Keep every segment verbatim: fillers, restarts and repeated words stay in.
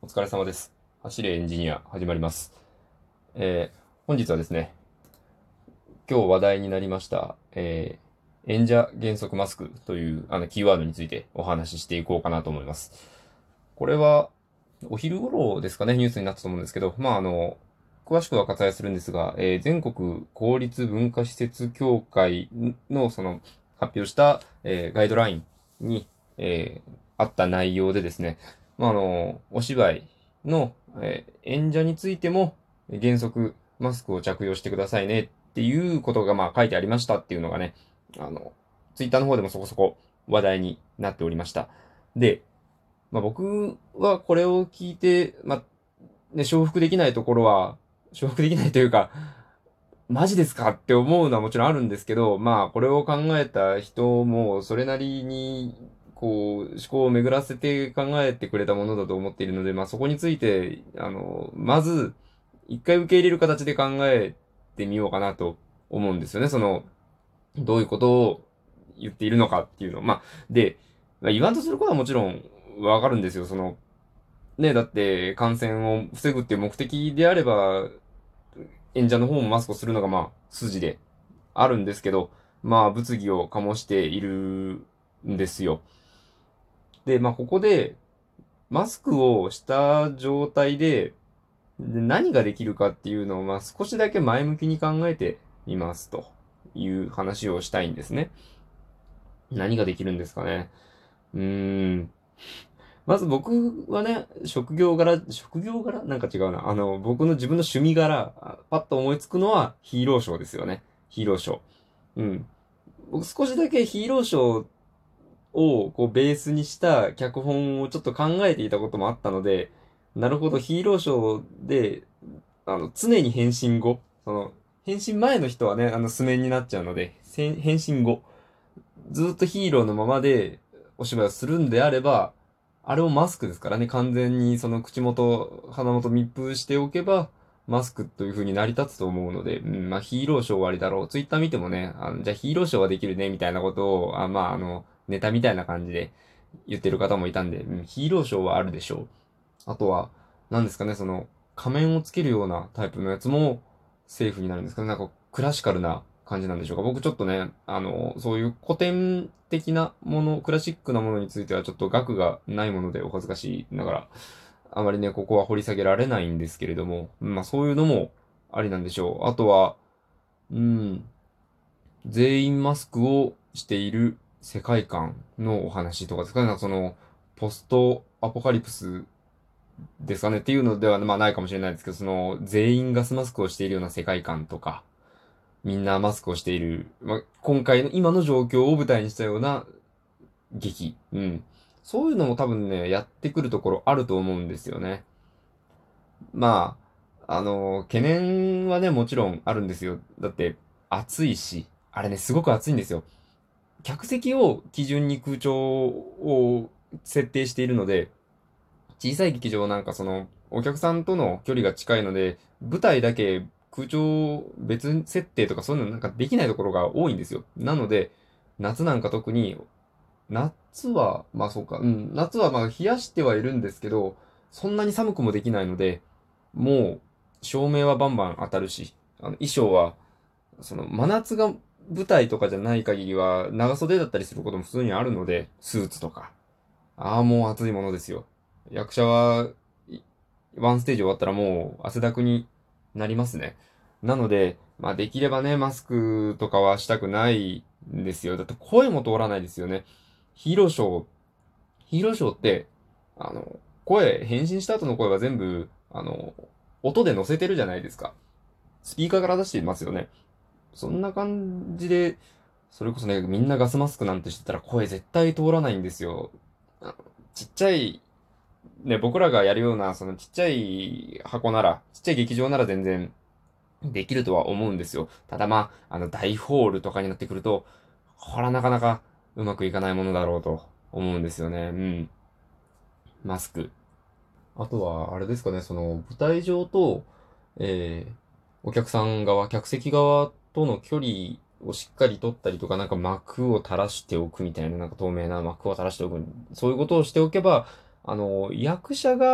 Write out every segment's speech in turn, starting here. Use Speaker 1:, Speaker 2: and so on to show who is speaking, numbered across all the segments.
Speaker 1: 疲れ様です。走れエンジニア始まります。えー本日はですね、今日話題になりました、えー演者原則マスクというあのキーワードについてお話ししていこうかなと思います。これはお昼頃ですかね、ニュースになったと思うんですけど、まああの、詳しくは割愛するんですが、えー全国公立文化施設協会のその発表した、えーガイドラインに、えーあった内容でですね、まああの、お芝居の、えー演者についても原則マスクを着用してくださいねっていうことがまあ書いてありましたっていうのがね、あの、ツイッターの方でもそこそこ話題になっておりました。で、まあ僕はこれを聞いて、まあね、承服できないところは、承服できないというか、マジですかって思うのはもちろんあるんですけど、まあこれを考えた人もそれなりに、こう、思考を巡らせて考えてくれたものだと思っているので、まあそこについて、あの、まず、一回受け入れる形で考えてみようかなと思うんですよね。その、どういうことを言っているのかっていうの。まあ、で、まあ言わんとすることはもちろんわかるんですよ。その、ね、だって感染を防ぐっていう目的であれば、演者の方もマスクをするのがまあ筋であるんですけど、まあ物議を醸しているんですよ。で、まあここでマスクをした状態でで何ができるかっていうのをまあ少しだけ前向きに考えてみますという話をしたいんですね。何ができるんですかね。うーん。まず僕はね、職業柄、職業柄なんか違うな。あの、僕の自分の趣味柄、あパッと思いつくのはヒーローショーですよね。ヒーローショー。うん。僕少しだけヒーローショーをこうベースにした脚本をちょっと考えていたこともあったので、なるほど、ヒーローショーで、あの、常に変身後、その、変身前の人はね、あの、素面になっちゃうので、せん変身後、ずっとヒーローのままでお芝居をするんであれば、あれもマスクですからね、完全にその口元、鼻元密封しておけば、マスクという風に成り立つと思うので、うん、まあヒーローショーはありだろう。ツイッター見てもね、あの、じゃあヒーローショーはできるね、みたいなことを、あ、まああの、ネタみたいな感じで言ってる方もいたんで、うん、ヒーローショーはあるでしょう。あとは、何ですかね、その、仮面をつけるようなタイプのやつも、セーフになるんですかね。なんか、クラシカルな感じなんでしょうか。僕ちょっとね、あの、そういう古典的なもの、クラシックなものについてはちょっと額がないものでお恥ずかしいながら、あまりね、ここは掘り下げられないんですけれども、まあそういうのもありなんでしょう。あとは、うん、全員マスクをしている世界観のお話とかですかね。なんかその、ポストアポカリプスですかねっていうのでは、まあないかもしれないですけど、その、全員ガスマスクをしているような世界観とか、みんなマスクをしている、まあ、今回の今の状況を舞台にしたような劇。うん。そういうのも多分ね、やってくるところあると思うんですよね。まあ、あの、懸念はね、もちろんあるんですよ。だって、暑いし、あれね、すごく暑いんですよ。客席を基準に空調を設定しているので、小さい劇場なんかその、お客さんとの距離が近いので、舞台だけ空調別設定とかそういうのなんかできないところが多いんですよ。なので、夏なんか特に、夏は、まあそうか、うん、夏はまあ冷やしてはいるんですけど、そんなに寒くもできないので、もう、照明はバンバン当たるし、あの衣装は、その真夏が舞台とかじゃない限りは、長袖だったりすることも普通にあるので、スーツとか。ああ、もう暑いものですよ。役者は、いワンステージ終わったらもう汗だくになりますね。なので、まあできればね、マスクとかはしたくないんですよ。だって声も通らないですよね。ヒーローショー、ヒーローショーって、あの、声、変身した後の声は全部、あの、音で乗せてるじゃないですか。スピーカーから出していますよね。そんな感じで、それこそね、みんなガスマスクなんてしてたら声絶対通らないんですよ。あのちっちゃい、ね、僕らがやるような、そのちっちゃい箱なら、ちっちゃい劇場なら全然できるとは思うんですよ。ただまあ、あの大ホールとかになってくると、これはなかなかうまくいかないものだろうと思うんですよね。うん。マスク。あとは、あれですかね、その舞台上と、えー、お客さん側、客席側との距離をしっかり取ったりとか、なんか幕を垂らしておくみたいな、なんか透明な幕を垂らしておく。そういうことをしておけば、あの、役者が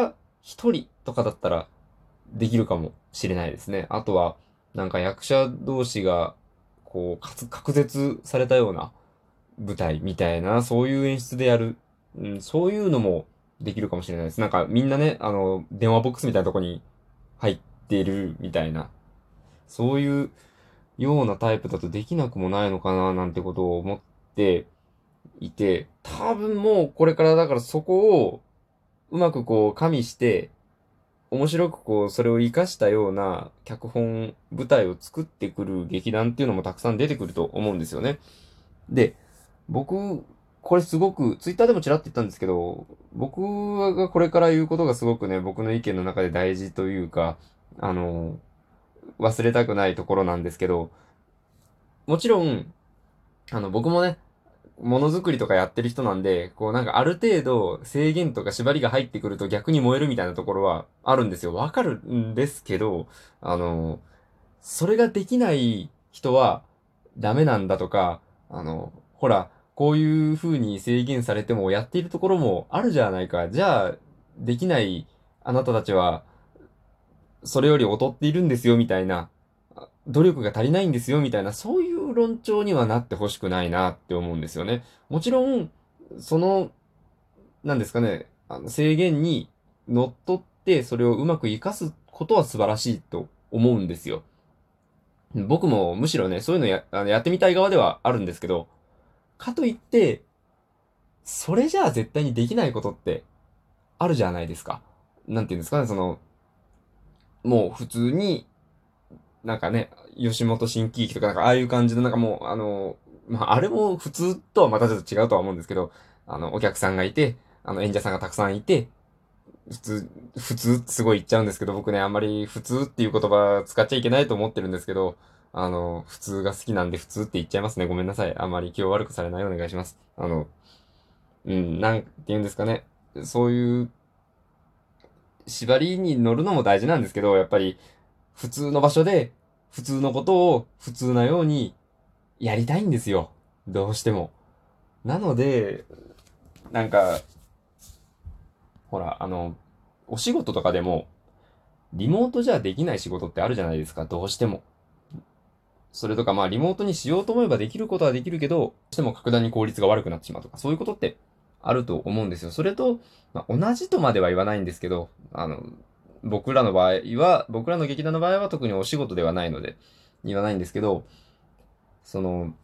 Speaker 1: 一人とかだったらできるかもしれないですね。あとは、なんか役者同士が、こう、かつ、隔絶されたような舞台みたいな、そういう演出でやる。うん、そういうのもできるかもしれないです。なんかみんなね、あの、電話ボックスみたいなとこに入ってるみたいな、そういうようなタイプだとできなくもないのかな、なんてことを思っていて、多分もうこれからだからそこをうまくこう加味して、面白くこう、それを活かしたような脚本、舞台を作ってくる劇団っていうのもたくさん出てくると思うんですよね。で、僕、これすごく、ツイッターでもちらっと言ったんですけど、僕がこれから言うことがすごくね、僕の意見の中で大事というか、あの、忘れたくないところなんですけど、もちろん、あの、僕もね、ものづくりとかやってる人なんで、こうなんかある程度制限とか縛りが入ってくると逆に燃えるみたいなところはあるんですよ。わかるんですけど、あの、それができない人はダメなんだとか、あの、ほら、こういう風に制限されてもやっているところもあるじゃないか。じゃあ、できないあなたたちは、それより劣っているんですよ、みたいな。努力が足りないんですよ、みたいな、そういう論調にはなってほしくないなって思うんですよね。もちろん、その、なんですかね、あの制限にのっとって、それをうまく活かすことは素晴らしいと思うんですよ。僕もむしろね、そういうのや、あのやってみたい側ではあるんですけど、かといって、それじゃあ絶対にできないことってあるじゃないですか。なんていうんですかね、その、もう普通に、なんかね、吉本新喜劇とかなんかああいう感じのなんかもう、あの、まあ、あれも普通とはまたちょっと違うとは思うんですけど、あの、お客さんがいて、あの、演者さんがたくさんいて、普通、普通ってすごい言っちゃうんですけど、僕ね、あんまり普通っていう言葉使っちゃいけないと思ってるんですけど、あの、普通が好きなんで普通って言っちゃいますね。ごめんなさい。あんまり気を悪くされないようお願いします。あの、うん、なんて言うんですかね。そういう縛りに乗るのも大事なんですけど、やっぱり普通の場所で普通のことを普通なようにやりたいんですよ。どうしても。なので、なんか、ほら、あの、お仕事とかでも、リモートじゃできない仕事ってあるじゃないですか、どうしても。それとか、まあ、リモートにしようと思えばできることはできるけど、どうしても格段に効率が悪くなってしまうとか、そういうことってあると思うんですよ。それと、まあ、同じとまでは言わないんですけど、あの、僕らの場合は、僕らの劇団の場合は特にお仕事ではないので、言わないんですけど、その、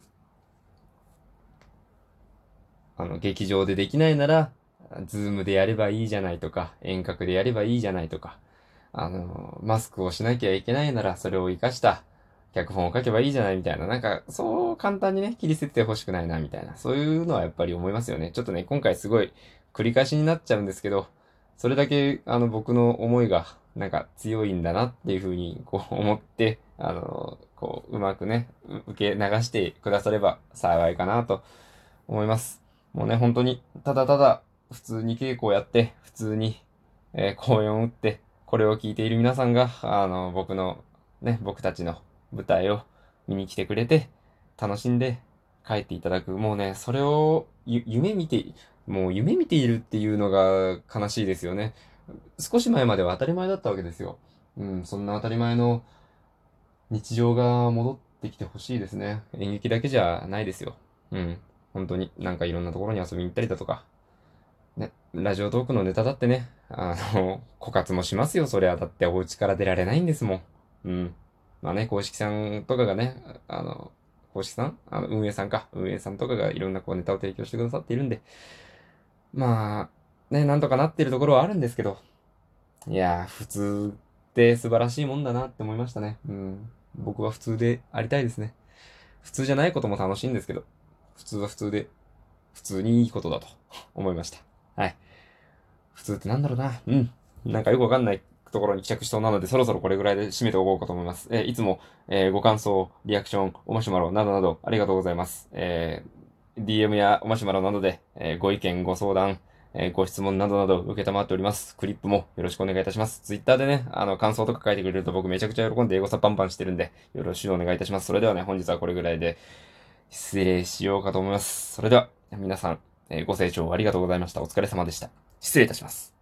Speaker 1: あの、劇場でできないなら、ズームでやればいいじゃないとか、遠隔でやればいいじゃないとか、あの、マスクをしなきゃいけないなら、それを活かした脚本を書けばいいじゃないみたいな、なんか、そう簡単にね、切り捨ててほしくないな、みたいな、そういうのはやっぱり思いますよね。ちょっとね、今回すごい繰り返しになっちゃうんですけど、それだけ、あの、僕の思いが、なんか強いんだなっていうふうに、こう思って、あの、こう、うまくね、受け流してくだされば幸いかなと思います。もうね、本当に、ただただ、普通に稽古をやって、普通に、えー公演を打って、これを聞いている皆さんが、あの、僕の、ね、僕たちの舞台を見に来てくれて、楽しんで帰っていただく。もうね、それを、ゆ、夢見て、もう夢見ているっていうのが悲しいですよね。少し前までは当たり前だったわけですよ。うん、そんな当たり前の日常が戻ってきてほしいですね。演劇だけじゃないですよ。うん。本当に、なんかいろんなところに遊びに行ったりだとか、ね、ラジオトークのネタだってね、あの、枯渇もしますよ、そりゃ。だってお家から出られないんですもん。うん。まあね、公式さんとかがね、あの、公式さんあの、運営さんか。運営さんとかがいろんなこうネタを提供してくださっているんで、まあ、ね、なんとかなってるところはあるんですけど、いやー、普通って素晴らしいもんだなって思いましたね。うん。僕は普通でありたいですね。普通じゃないことも楽しいんですけど、普通は普通で、普通にいいことだと思いました。はい。普通ってなんだろうな。うん。なんかよくわかんないところに帰着しそうなので、そろそろこれぐらいで締めておこうかと思います。えーいつも、えーご感想、リアクション、おマシュマロなどなどありがとうございます。えー ディーエム やおマシュマロなどで、えーご意見、ご相談、えーご質問などなど受けたまっております。クリップもよろしくお願いいたします。ツイッターでね、あの、感想とか書いてくれると僕めちゃくちゃ喜んで英語さバンバンしてるんで、よろしくお願いいたします。それではね、本日はこれぐらいで失礼しようかと思います。それでは、皆さん、えーご清聴ありがとうございました。お疲れ様でした。失礼いたします。